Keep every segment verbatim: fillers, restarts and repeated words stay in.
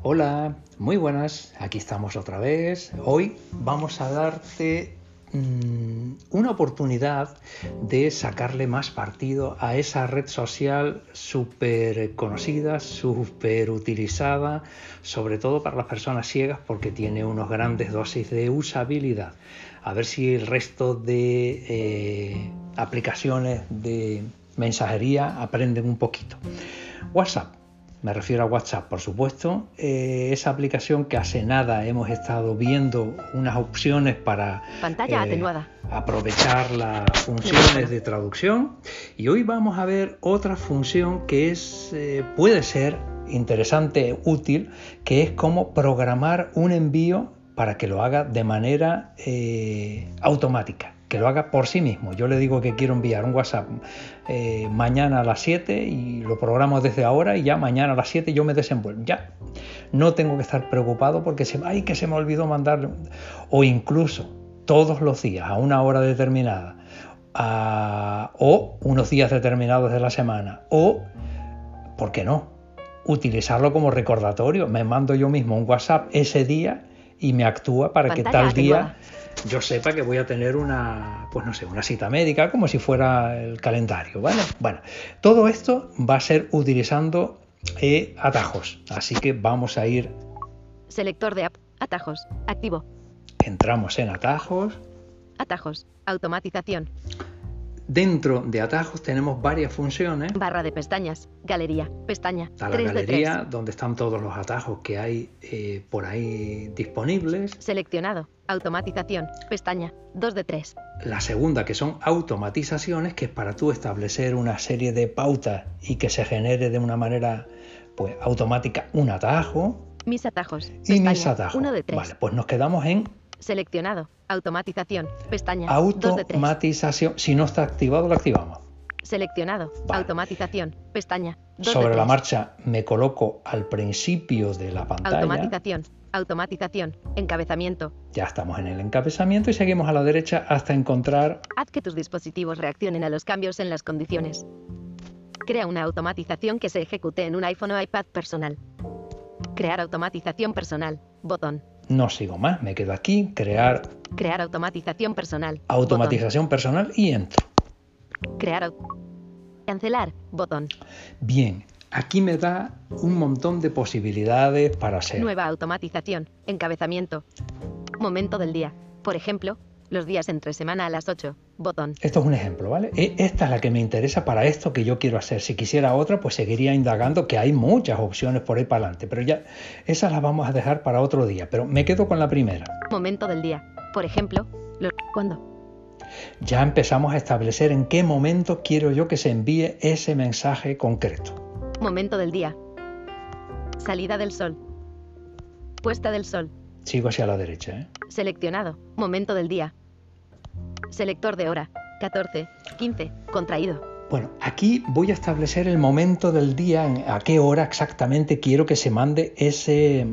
Hola, muy buenas, aquí estamos otra vez. Hoy vamos a darte mmm, una oportunidad de sacarle más partido a esa red social súper conocida, súper utilizada, sobre todo para las personas ciegas porque tiene unos grandes dosis de usabilidad. A ver si el resto de eh, aplicaciones de mensajería aprenden un poquito. WhatsApp. Me refiero a WhatsApp, por supuesto, eh, esa aplicación que hace nada hemos estado viendo unas opciones para Pantalla eh, atenuada. aprovechar las funciones de traducción, y hoy vamos a ver otra función que es eh, puede ser interesante, útil, que es cómo programar un envío para que lo haga de manera eh, automática, que lo haga por sí mismo. Yo le digo que quiero enviar un WhatsApp eh, mañana a las siete y lo programo desde ahora, y ya mañana a las siete yo me desenvuelvo. Ya no tengo que estar preocupado porque se, ay, que se me olvidó mandar, o incluso todos los días a una hora determinada, a, o unos días determinados de la semana, o, ¿por qué no?, utilizarlo como recordatorio. Me mando yo mismo un WhatsApp ese día y me actúa para Pantalla que tal atenuada. día yo sepa que voy a tener una, pues no sé, una cita médica, como si fuera el calendario, ¿vale? Bueno, todo esto va a ser utilizando eh, atajos, así que vamos a ir. Selector de app. Atajos. Activo. Entramos en atajos. Atajos. Automatización. Dentro de atajos tenemos varias funciones. Barra de pestañas. Galería. Pestaña. Está la galería donde están todos los atajos que hay eh, por ahí disponibles. Seleccionado. Automatización. Pestaña. dos de tres. La segunda, que son automatizaciones, que es para tú establecer una serie de pautas y que se genere de una manera pues automática un atajo. Mis atajos. Y Pestaña. mis atajos. uno de tres. Vale, pues nos quedamos en Seleccionado. Automatización. Pestaña. dos de tres. automatización. Si no está activado, lo activamos. Seleccionado. Vale. Automatización. Pestaña. dos de Sobre la tres. marcha me coloco al principio de la pantalla. Automatización. Automatización. Encabezamiento. Ya estamos en el encabezamiento y seguimos a la derecha hasta encontrar. Haz que tus dispositivos reaccionen a los cambios en las condiciones. Crea una automatización que se ejecute en un iPhone o iPad personal. Crear automatización personal. Botón. No sigo más, me quedo aquí, crear Crear automatización personal. automatización personal y entro. Botón. Crear. au- Cancelar. Botón. Bien, aquí me da un montón de posibilidades para hacer. Nueva automatización. Encabezamiento. Momento del día. Por ejemplo, los días entre semana a las ocho. Botón. Esto es un ejemplo, ¿vale? E- Esta es la que me interesa para esto que yo quiero hacer. Si quisiera otra, pues seguiría indagando, que hay muchas opciones por ahí para adelante, pero ya esas las vamos a dejar para otro día. Pero me quedo con la primera. Momento del día. Por ejemplo, los... ¿Cuándo? Ya empezamos a establecer en qué momento quiero yo que se envíe ese mensaje concreto. Momento del día. Salida del sol. Puesta del sol. Sigo hacia la derecha, ¿eh? Seleccionado. Momento del día. Selector de hora. catorce. quince. Contraído. Bueno, aquí voy a establecer el momento del día, en a qué hora exactamente quiero que se mande ese,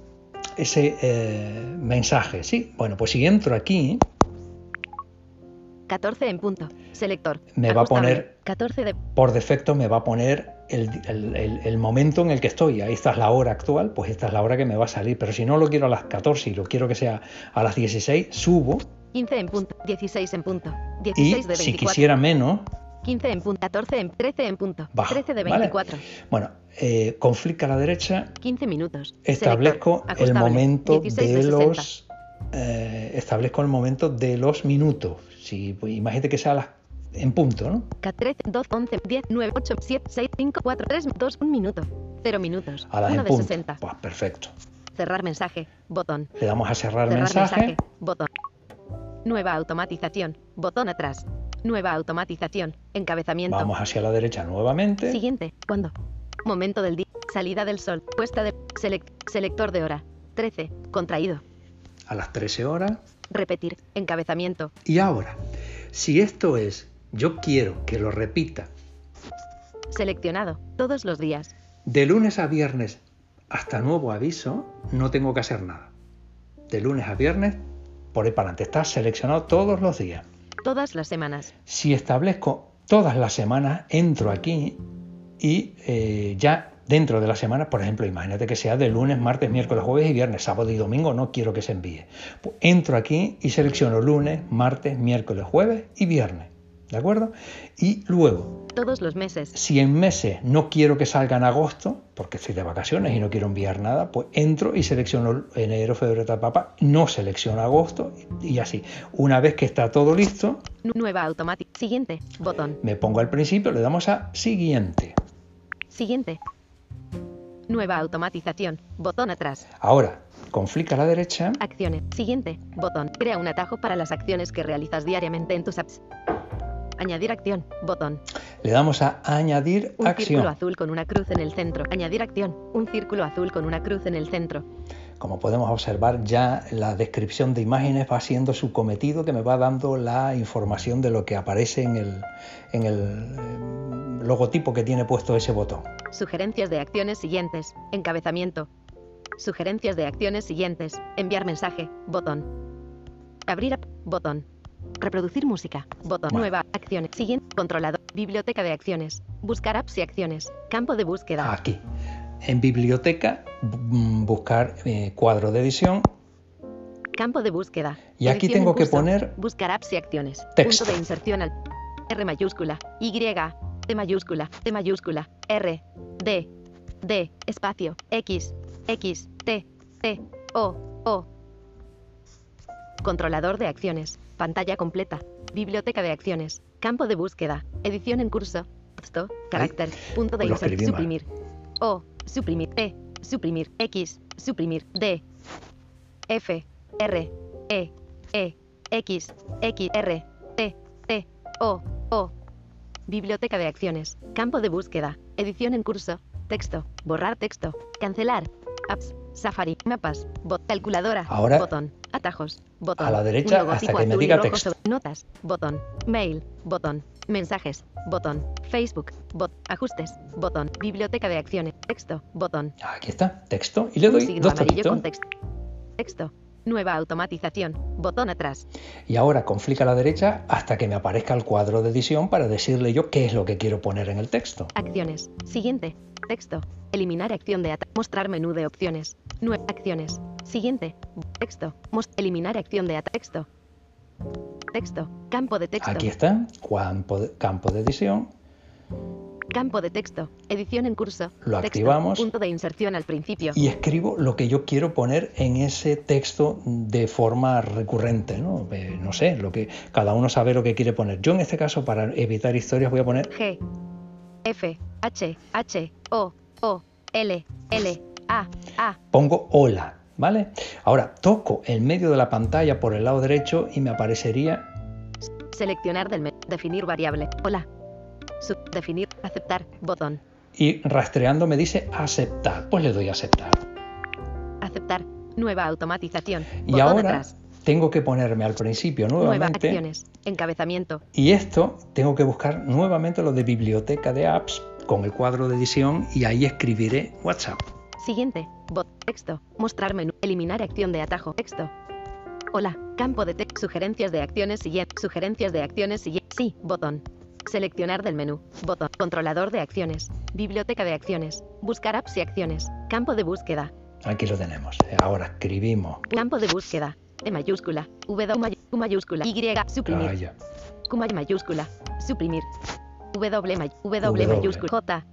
ese eh, mensaje, ¿sí? Bueno, pues si entro aquí, catorce en punto. Selector. me va a Ajustable. poner, catorce de... por defecto me va a poner el, el, el, el momento en el que estoy. Ahí está la hora actual, pues esta es la hora que me va a salir. Pero si no lo quiero a las catorce y lo quiero que sea a las dieciséis, subo. quince en punto. dieciséis en punto. Y dieciséis de si veinticuatro. quisiera menos, quince en punto. catorce en... trece en punto. bajo, trece de ¿vale? veinticuatro. Bueno, eh, con flick a la derecha quince minutos. establezco Selector. el Ajustable. momento dieciséis de de sesenta. los eh, establezco el momento de los minutos. Si pues, imagínate que sea a las, en punto, ¿no? trece, doce, once, diez, nueve, ocho, siete, seis, cinco, cuatro, tres, dos, un minuto. cero minutos. A las uno en de punto. sesenta. Pues perfecto. Cerrar mensaje. Botón. Le damos a cerrar, Cerrar mensaje. mensaje. Botón. Nueva automatización. Botón atrás. Nueva automatización. Encabezamiento. Vamos hacia la derecha nuevamente. Siguiente. ¿Cuándo? Momento del día. Salida del sol. Puesta de... Select... Selector de hora. trece. Contraído. A las trece horas. Repetir. Encabezamiento. Y ahora, si esto es, yo quiero que lo repita Seleccionado. Todos los días. de lunes a viernes hasta nuevo aviso, no tengo que hacer nada. De lunes a viernes, por ahí para adelante. Está seleccionado todos los días. Todas las semanas. Si establezco todas las semanas, entro aquí y eh, ya dentro de la semana, por ejemplo, imagínate que sea de lunes, martes, miércoles, jueves y viernes, sábado y domingo no quiero que se envíe. Pues entro aquí y selecciono lunes, martes, miércoles, jueves y viernes, ¿de acuerdo? Y luego, todos los meses. Si en meses no quiero que salga en agosto, porque estoy de vacaciones y no quiero enviar nada, pues entro y selecciono enero, febrero, tal, papá, no selecciono agosto y así. Una vez que está todo listo, nueva automática. Siguiente, botón. Me pongo al principio, le damos a siguiente. Siguiente. Nueva automatización, botón atrás. Ahora, con flick a la derecha. Acciones, siguiente, botón. Crea un atajo para las acciones que realizas diariamente en tus apps. Añadir acción, botón. Le damos a añadir un acción. Un círculo azul con una cruz en el centro. Añadir acción, un círculo azul con una cruz en el centro. Como podemos observar, ya la descripción de imágenes va siendo su cometido, que me va dando la información de lo que aparece en el, en el logotipo que tiene puesto ese botón. Sugerencias de acciones siguientes. Encabezamiento. Sugerencias de acciones siguientes. Enviar mensaje, botón. Abrir app, botón. Reproducir música, botón. Bueno. Nueva, acciones, siguiente, controlador, biblioteca de acciones, buscar apps y acciones, campo de búsqueda. Aquí, en biblioteca, buscar eh, cuadro de edición. Campo de búsqueda. Y aquí tengo que poner buscar apps y acciones. Texto. Punto de inserción al R mayúscula, Y, T mayúscula, T mayúscula, R, D, D, espacio, X, X, T, T, O, O. Controlador de acciones. Pantalla completa. Biblioteca de acciones. Campo de búsqueda. Edición en curso. Texto. Carácter. Ay, punto de pues inserción. Suprimir. O. Suprimir. E. Suprimir. X. Suprimir. D. F. R. E. E. X. X. R. T. T. O. O. Biblioteca de acciones. Campo de búsqueda. Edición en curso. Texto. Borrar texto. Cancelar. Apps. Safari. Mapas. Bot. Calculadora. Ahora, botón. Atajos. Botón. A la derecha hasta que me diga texto. Sobre, notas. Botón. Mail. Botón. Mensajes. Botón. Facebook. Bot. Ajustes. Botón. Biblioteca de acciones. Texto. Botón. Aquí está. Texto. Y le doy Un signo dos amarillo toquitos. con texto. Texto. Nueva automatización. Botón atrás. Y ahora con flick a la derecha hasta que me aparezca el cuadro de edición para decirle yo qué es lo que quiero poner en el texto. Acciones. Siguiente. Texto. Eliminar acción de ataque. Mostrar menú de opciones. Nueve acciones. Siguiente. Texto. Most eliminar acción de ataque. Texto. Texto. Campo de texto. Aquí está. Campo de, campo de edición. Campo de texto. Edición en curso. Lo Texto. activamos. Punto de inserción al principio. Y escribo lo que yo quiero poner en ese texto de forma recurrente, ¿no? Eh, no sé, lo que cada uno sabe lo que quiere poner. Yo en este caso, para evitar historias, voy a poner G. F. H. H. O. O. L. L. A. A. Pongo hola, ¿vale? Ahora toco el medio de la pantalla por el lado derecho y me aparecería Seleccionar del menú. Definir variable. Hola. Sub. Definir. Aceptar. Botón. y rastreando me dice aceptar. Pues le doy a aceptar. Aceptar. Nueva automatización. Y Botón ahora atrás. tengo que ponerme al principio Nueva nuevamente. acciones. Encabezamiento. Y esto tengo que buscar nuevamente lo de biblioteca de apps con el cuadro de edición y ahí escribiré WhatsApp. Siguiente. Bot. Texto. Mostrar menú. Eliminar acción de atajo. Texto. Hola. Campo de texto. Sugerencias de acciones siguientes. Sugerencias de acciones siguientes. Sí. Botón. Seleccionar del menú. Botón. Controlador de acciones. Biblioteca de acciones. Buscar apps y acciones. Campo de búsqueda. Aquí lo tenemos. Ahora escribimos. Campo de búsqueda. E mayúscula. W may- Q mayúscula. Y. Suprimir. Calla. Q may- mayúscula. Suprimir. W, may- w, W. mayúscula. J.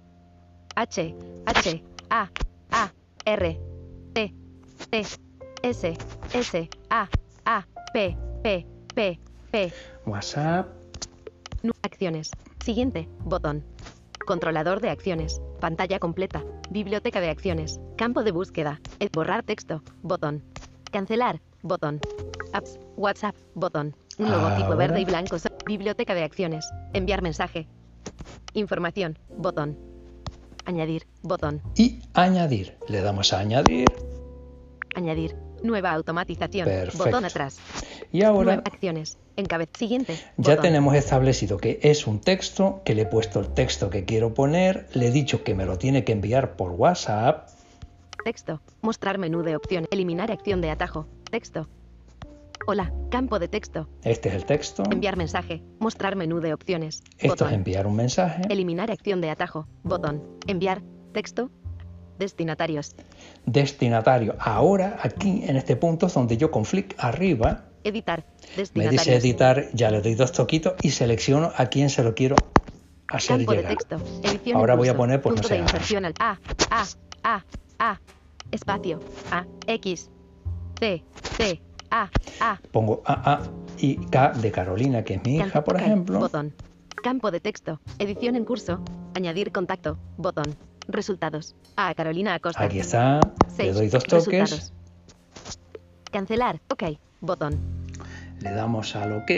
H. H. A. A. R. T. T. S. S. A. A. P. P. P. P. WhatsApp. Nu- Acciones. Siguiente. Botón. Controlador de acciones. Pantalla completa. Biblioteca de acciones. Campo de búsqueda. El borrar texto. Botón. Cancelar. Botón. Apps. WhatsApp. Botón. Un logotipo Ahora. verde y blanco. so- Biblioteca de acciones. Enviar mensaje. Información. Botón. Añadir. Botón. Y añadir. Le damos a añadir. Añadir. Nueva automatización. Perfecto. Botón atrás. Y ahora Nueva acciones. Encabez. Siguiente. ya Botón. tenemos establecido que es un texto, que le he puesto el texto que quiero poner, le he dicho que me lo tiene que enviar por WhatsApp. Texto. Mostrar menú de opción. Eliminar acción de atajo. Texto. Hola. Campo de texto. Este es el texto. Enviar mensaje. Mostrar menú de opciones. Esto Botón. es enviar un mensaje. Eliminar acción de atajo. Botón. Enviar. Texto. Destinatarios. Destinatario. Ahora, aquí, en este punto, es donde yo con flick arriba, Editar. me Destinatarios. dice editar, ya le doy dos toquitos y selecciono a quién se lo quiero hacer Campo de llegar. texto. Edición Ahora en voy a curso. poner, pues no Punto sé, de inserción al A, A, A, A. Espacio. A, X. C, C, A, A. pongo A, A y K de Carolina, que es mi hija, Can- por ok, ejemplo. Botón. Campo de texto. Edición en curso. Añadir contacto. Botón. Resultados. A Carolina Acosta. Aquí está, le seis. doy dos toques, Resultados. Cancelar. Ok. Botón. le damos al OK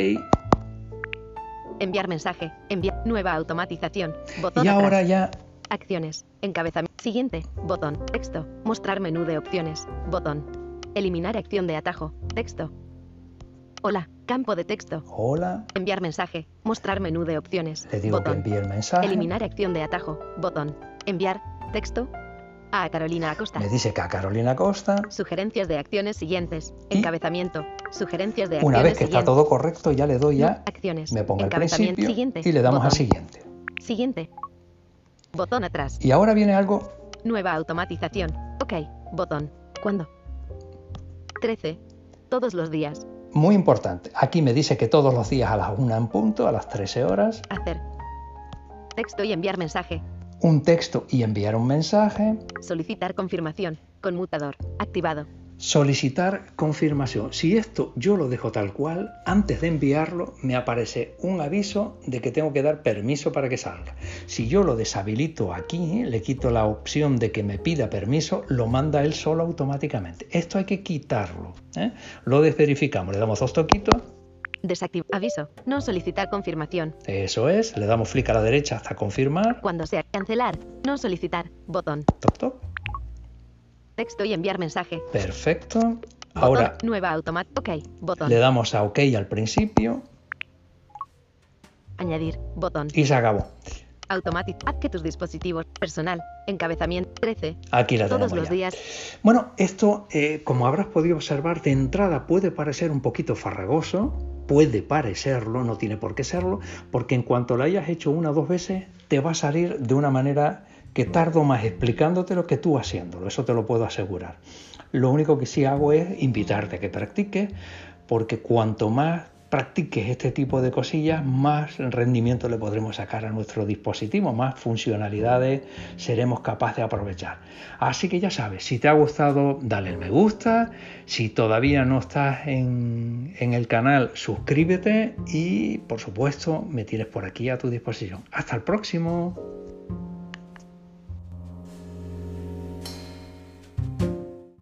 Enviar mensaje. Enviar. Nueva automatización. Botón y atrás. ahora ya Acciones. Encabezamiento. Siguiente. Botón. Texto. Mostrar menú de opciones. Botón. Eliminar acción de atajo. Texto. Hola. Campo de texto. hola, Enviar mensaje. Mostrar menú de opciones. le digo Botón. que envíe el mensaje, Eliminar acción de atajo. Botón. Enviar. Texto. A Carolina Acosta. me dice que a Carolina Costa. Sugerencias de acciones siguientes. Y Encabezamiento. Sugerencias de acciones Una vez que está siguientes. todo correcto, ya le doy No, a, acciones. me pongo al Encabezamiento principio siguiente. y le damos a Botón. siguiente. Siguiente. Botón atrás. Y ahora viene algo Nueva automatización. Ok. Botón. ¿Cuándo? trece. Todos los días. muy importante. Aquí me dice que todos los días a las una en punto, a las trece horas, Hacer. Texto y enviar mensaje. un texto y enviar un mensaje. Solicitar confirmación. Conmutador. Activado. Solicitar confirmación. Si esto yo lo dejo tal cual, antes de enviarlo me aparece un aviso de que tengo que dar permiso para que salga. Si yo lo deshabilito aquí, ¿eh? le quito la opción de que me pida permiso, lo manda él solo automáticamente. Esto hay que quitarlo, ¿eh? Lo desverificamos, le damos dos toquitos. Desactivar. Aviso. No solicitar confirmación. Eso es, le damos flick a la derecha hasta confirmar. Cuando sea. Cancelar. No solicitar. Botón. Toc, toc. Texto y enviar mensaje. Perfecto. Botón. Ahora Nueva automática. Ok. Botón. le damos a OK al principio Añadir. Botón. y se acabó. Automático. Haz que tus dispositivos. Personal. Encabezamiento. trece. Aquí la Todos tenemos los ya. días. Bueno, esto, eh, como habrás podido observar, de entrada puede parecer un poquito farragoso, puede parecerlo, no tiene por qué serlo, porque en cuanto lo hayas hecho una o dos veces, te va a salir de una manera que tardo más explicándotelo que tú haciéndolo, eso te lo puedo asegurar. Lo único que sí hago es invitarte a que practiques, porque cuanto más practiques este tipo de cosillas, más rendimiento le podremos sacar a nuestro dispositivo, más funcionalidades seremos capaces de aprovechar. Así que ya sabes, si te ha gustado, dale el me gusta, si todavía no estás en, en el canal, suscríbete y por supuesto me tienes por aquí a tu disposición. Hasta el próximo.